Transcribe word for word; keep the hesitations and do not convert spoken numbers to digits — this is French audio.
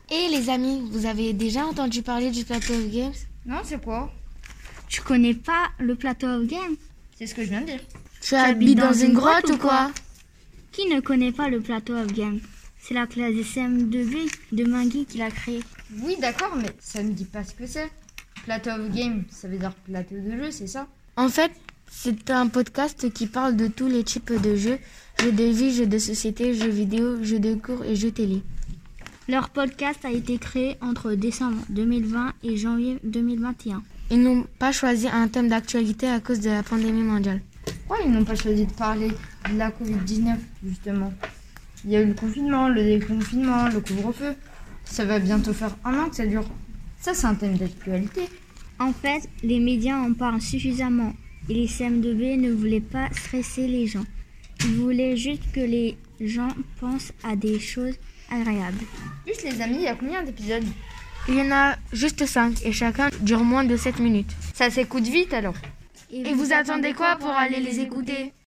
Et les amis, vous avez déjà entendu parler du Plateau of Games? Non, c'est quoi? Tu connais pas le Plateau of Games? C'est ce que je viens de dire. Tu habites dans, dans une grotte, grotte ou quoi? Qui ne connaît pas le Plateau of Games? C'est la classe des C M deux B de Mangui qui l'a créé. Oui, d'accord, mais ça ne dit pas ce que c'est. Plateau of Games, ça veut dire plateau de jeu, c'est ça? En fait, c'est un podcast qui parle de tous les types de jeux. Jeux de vie, jeux de société, jeux vidéo, jeux de cours et jeux télé. Leur podcast a été créé entre décembre deux mille vingt et janvier deux mille vingt et un. Ils n'ont pas choisi un thème d'actualité à cause de la pandémie mondiale. Pourquoi ils n'ont pas choisi de parler de la covid dix-neuf, justement? Il y a eu le confinement, le déconfinement, le couvre-feu. Ça va bientôt faire un an que ça dure. Ça, c'est un thème d'actualité. En fait, les médias en parlent suffisamment et les C M deux B ne voulaient pas stresser les gens. Ils voulaient juste que les gens pensent à des choses agréables. Juste les amis, il y a combien d'épisodes? Il y en a juste cinq et chacun dure moins de sept minutes. Ça s'écoute vite alors. Et, et vous, vous attendez quoi pour aller les écouter?